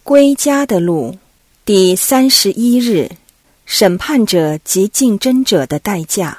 归家的路，第31日，审判者及竞争者的代价。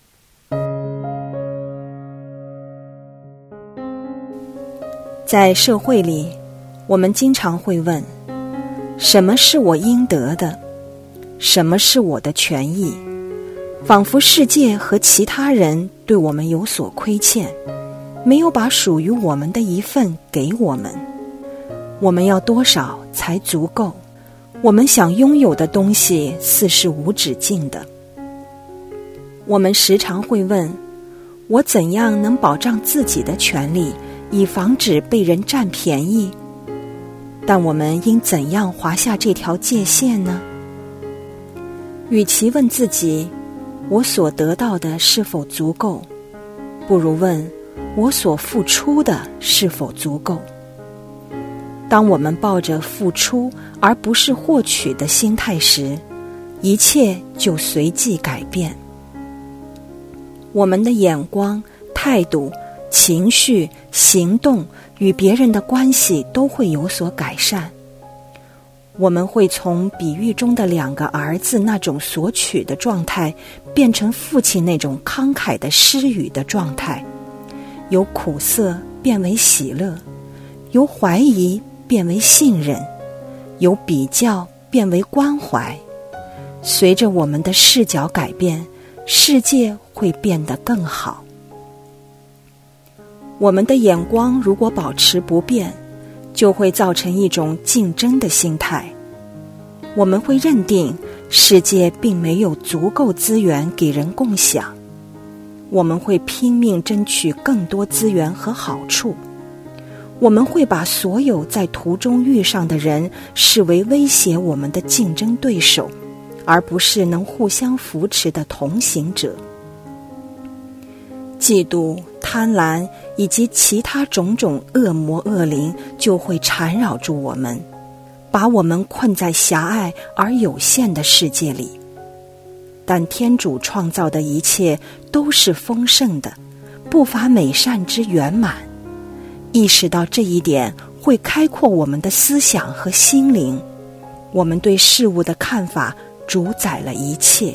在社会里，我们经常会问：什么是我应得的？什么是我的权益？仿佛世界和其他人对我们有所亏欠，没有把属于我们的一份给我们。我们要多少才足够？我们想拥有的东西似是无止境的。我们时常会问：我怎样能保障自己的权利，以防止被人占便宜？但我们应怎样划下这条界限呢？与其问自己我所得到的是否足够，不如问我所付出的是否足够。当我们抱着付出而不是获取的心态时，一切就随即改变。我们的眼光、态度、情绪、行动与别人的关系都会有所改善。我们会从比喻中的2个儿子那种索取的状态，变成父亲那种慷慨的施予的状态，由苦涩变为喜乐，由怀疑变为信任，由比较变为关怀。随着我们的视角改变，世界会变得更好。我们的眼光如果保持不变，就会造成一种竞争的心态。我们会认定世界并没有足够资源给人共享，我们会拼命争取更多资源和好处。我们会把所有在途中遇上的人视为威胁我们的竞争对手，而不是能互相扶持的同行者。嫉妒、贪婪以及其他种种恶魔恶灵就会缠绕住我们，把我们困在狭隘而有限的世界里。但天主创造的一切都是丰盛的，不乏美善之圆满。意识到这一点会开阔我们的思想和心灵，我们对事物的看法主宰了一切。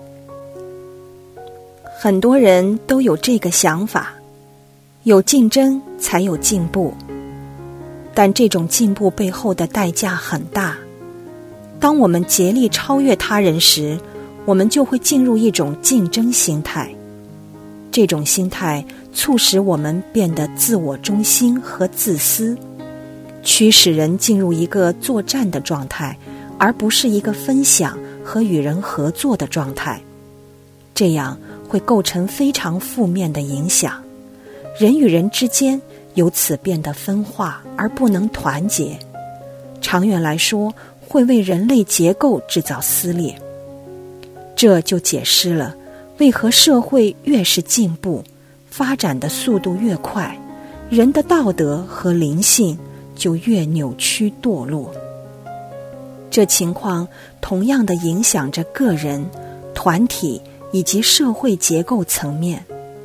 很多人都有这个想法，有竞争才有进步，但这种进步背后的代价很大。当我们竭力超越他人时，我们就会进入一种竞争心态。这种心态促使我们变得自我中心和自私，驱使人进入一个作战的状态，而不是一个分享和与人合作的状态。这样会构成非常负面的影响，人与人之间由此变得分化而不能团结，长远来说会为人类结构制造撕裂。这就解释了为何社会越是进步，发展的速度越快，人的道德和灵性就越扭曲堕落。这情况同样地影响着个人、团体以及社会结构层面。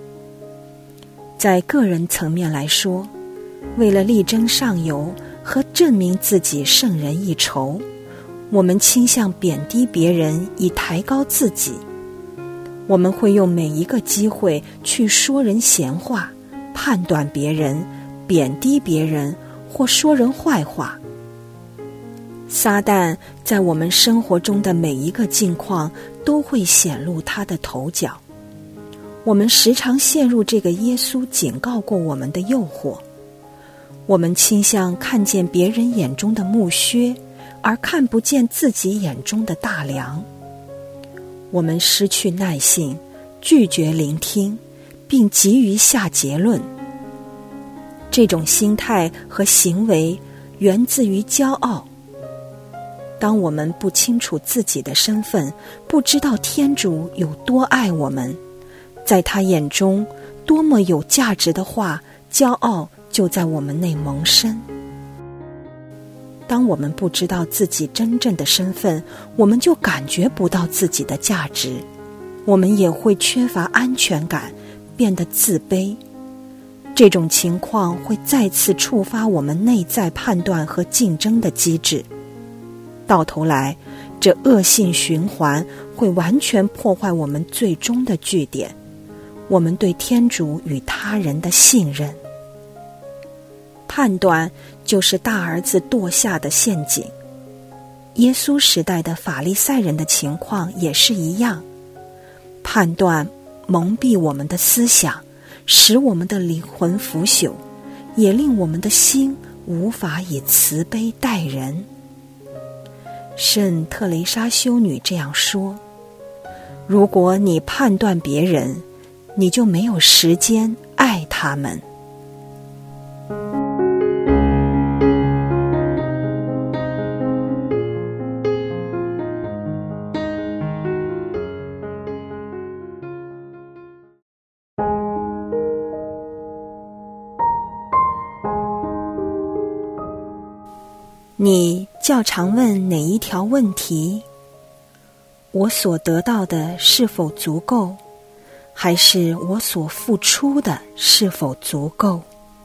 在个人层面来说，为了力争上游和证明自己胜人一筹，我们倾向贬低别人以抬高自己。我们会用每一个机会去说人闲话，判断别人，贬低别人，或说人坏话。撒旦在我们生活中的每一个境况都会显露他的头角。我们时常陷入这个耶稣警告过我们的诱惑。我们倾向看见别人眼中的木屑，而看不见自己眼中的大梁。我们失去耐性，拒绝聆听，并急于下结论。这种心态和行为源自于骄傲。当我们不清楚自己的身份，不知道天主有多爱我们，在他眼中多么有价值的话，骄傲就在我们内萌生。当我们不知道自己真正的身份，我们就感觉不到自己的价值，我们也会缺乏安全感，变得自卑。 这种情况会再次触发我们内在判断和竞争的机制，到头来，这恶性循环会完全破坏我们最终的据点，我们对天主与他人的信任。判断就是大儿子堕下的陷阱。耶稣时代的法利赛人的情况也是一样，判断蒙蔽我们的思想，使我们的灵魂腐朽，也令我们的心无法以慈悲待人。圣特蕾莎修女这样说：如果你判断别人，你就没有时间爱他们。你较常问哪一条问题？我所得到的是否足够，还是我所付出的是否足够？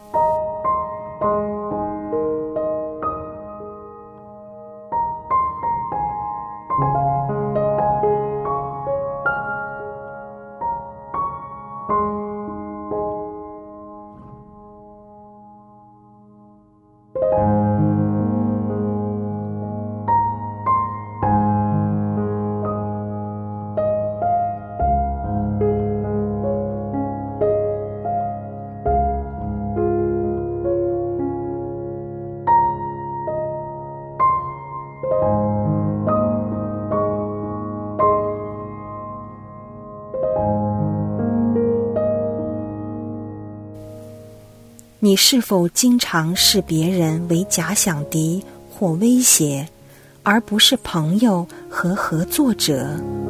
你是否经常视别人为假想敌或威胁，而不是朋友和合作者？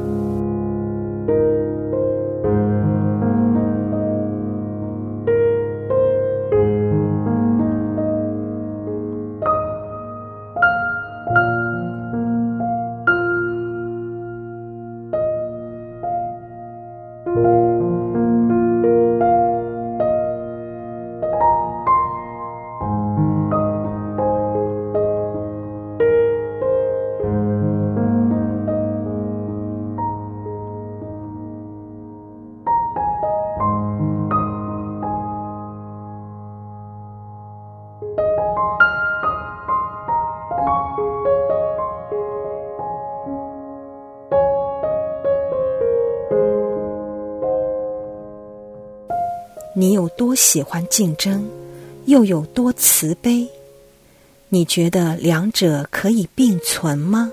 你有多喜欢竞争，又有多慈悲？你觉得两者可以并存吗？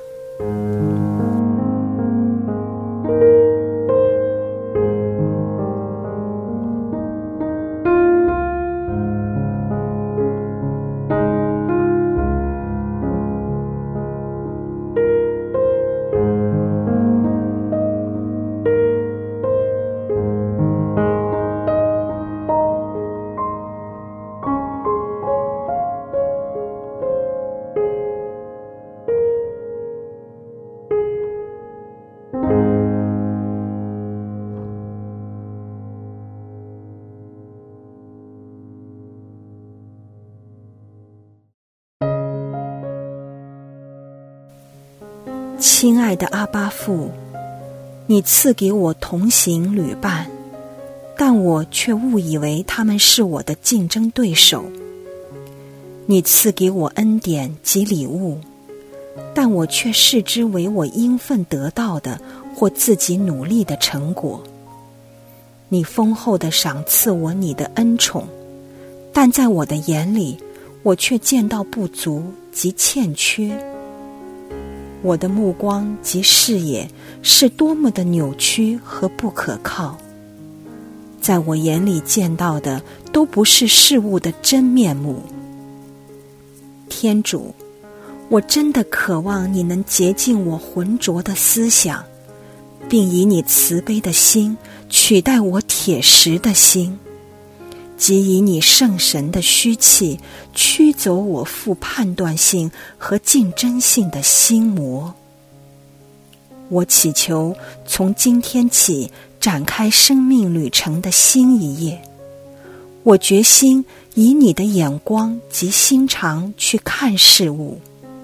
亲爱的阿爸父，你赐给我同行旅伴，但我却误以为他们是我的竞争对手。你赐给我恩典及礼物，但我却视之为我应分得到的或自己努力的成果。你丰厚地赏赐我你的恩宠，但在我的眼里，我却见到不足及欠缺。我的目光及视野是多么的扭曲和不可靠，在我眼里见到的都不是事物的真面目。天主，我真的渴望你能洁净我浑浊的思想，并以你慈悲的心取代我铁石的心，即以你圣神的虚气驱走我富判断性和竞争性的心魔。我祈求从今天起展开生命旅程的新一页， 我决心以你的眼光及心肠去看事物。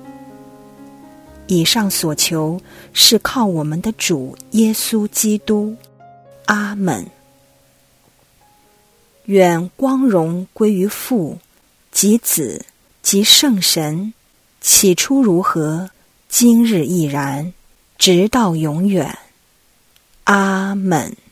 以上所求是靠我们的主耶稣基督。阿们。愿光荣归于父及子及圣神，起初如何，今日亦然，直到永远。阿们。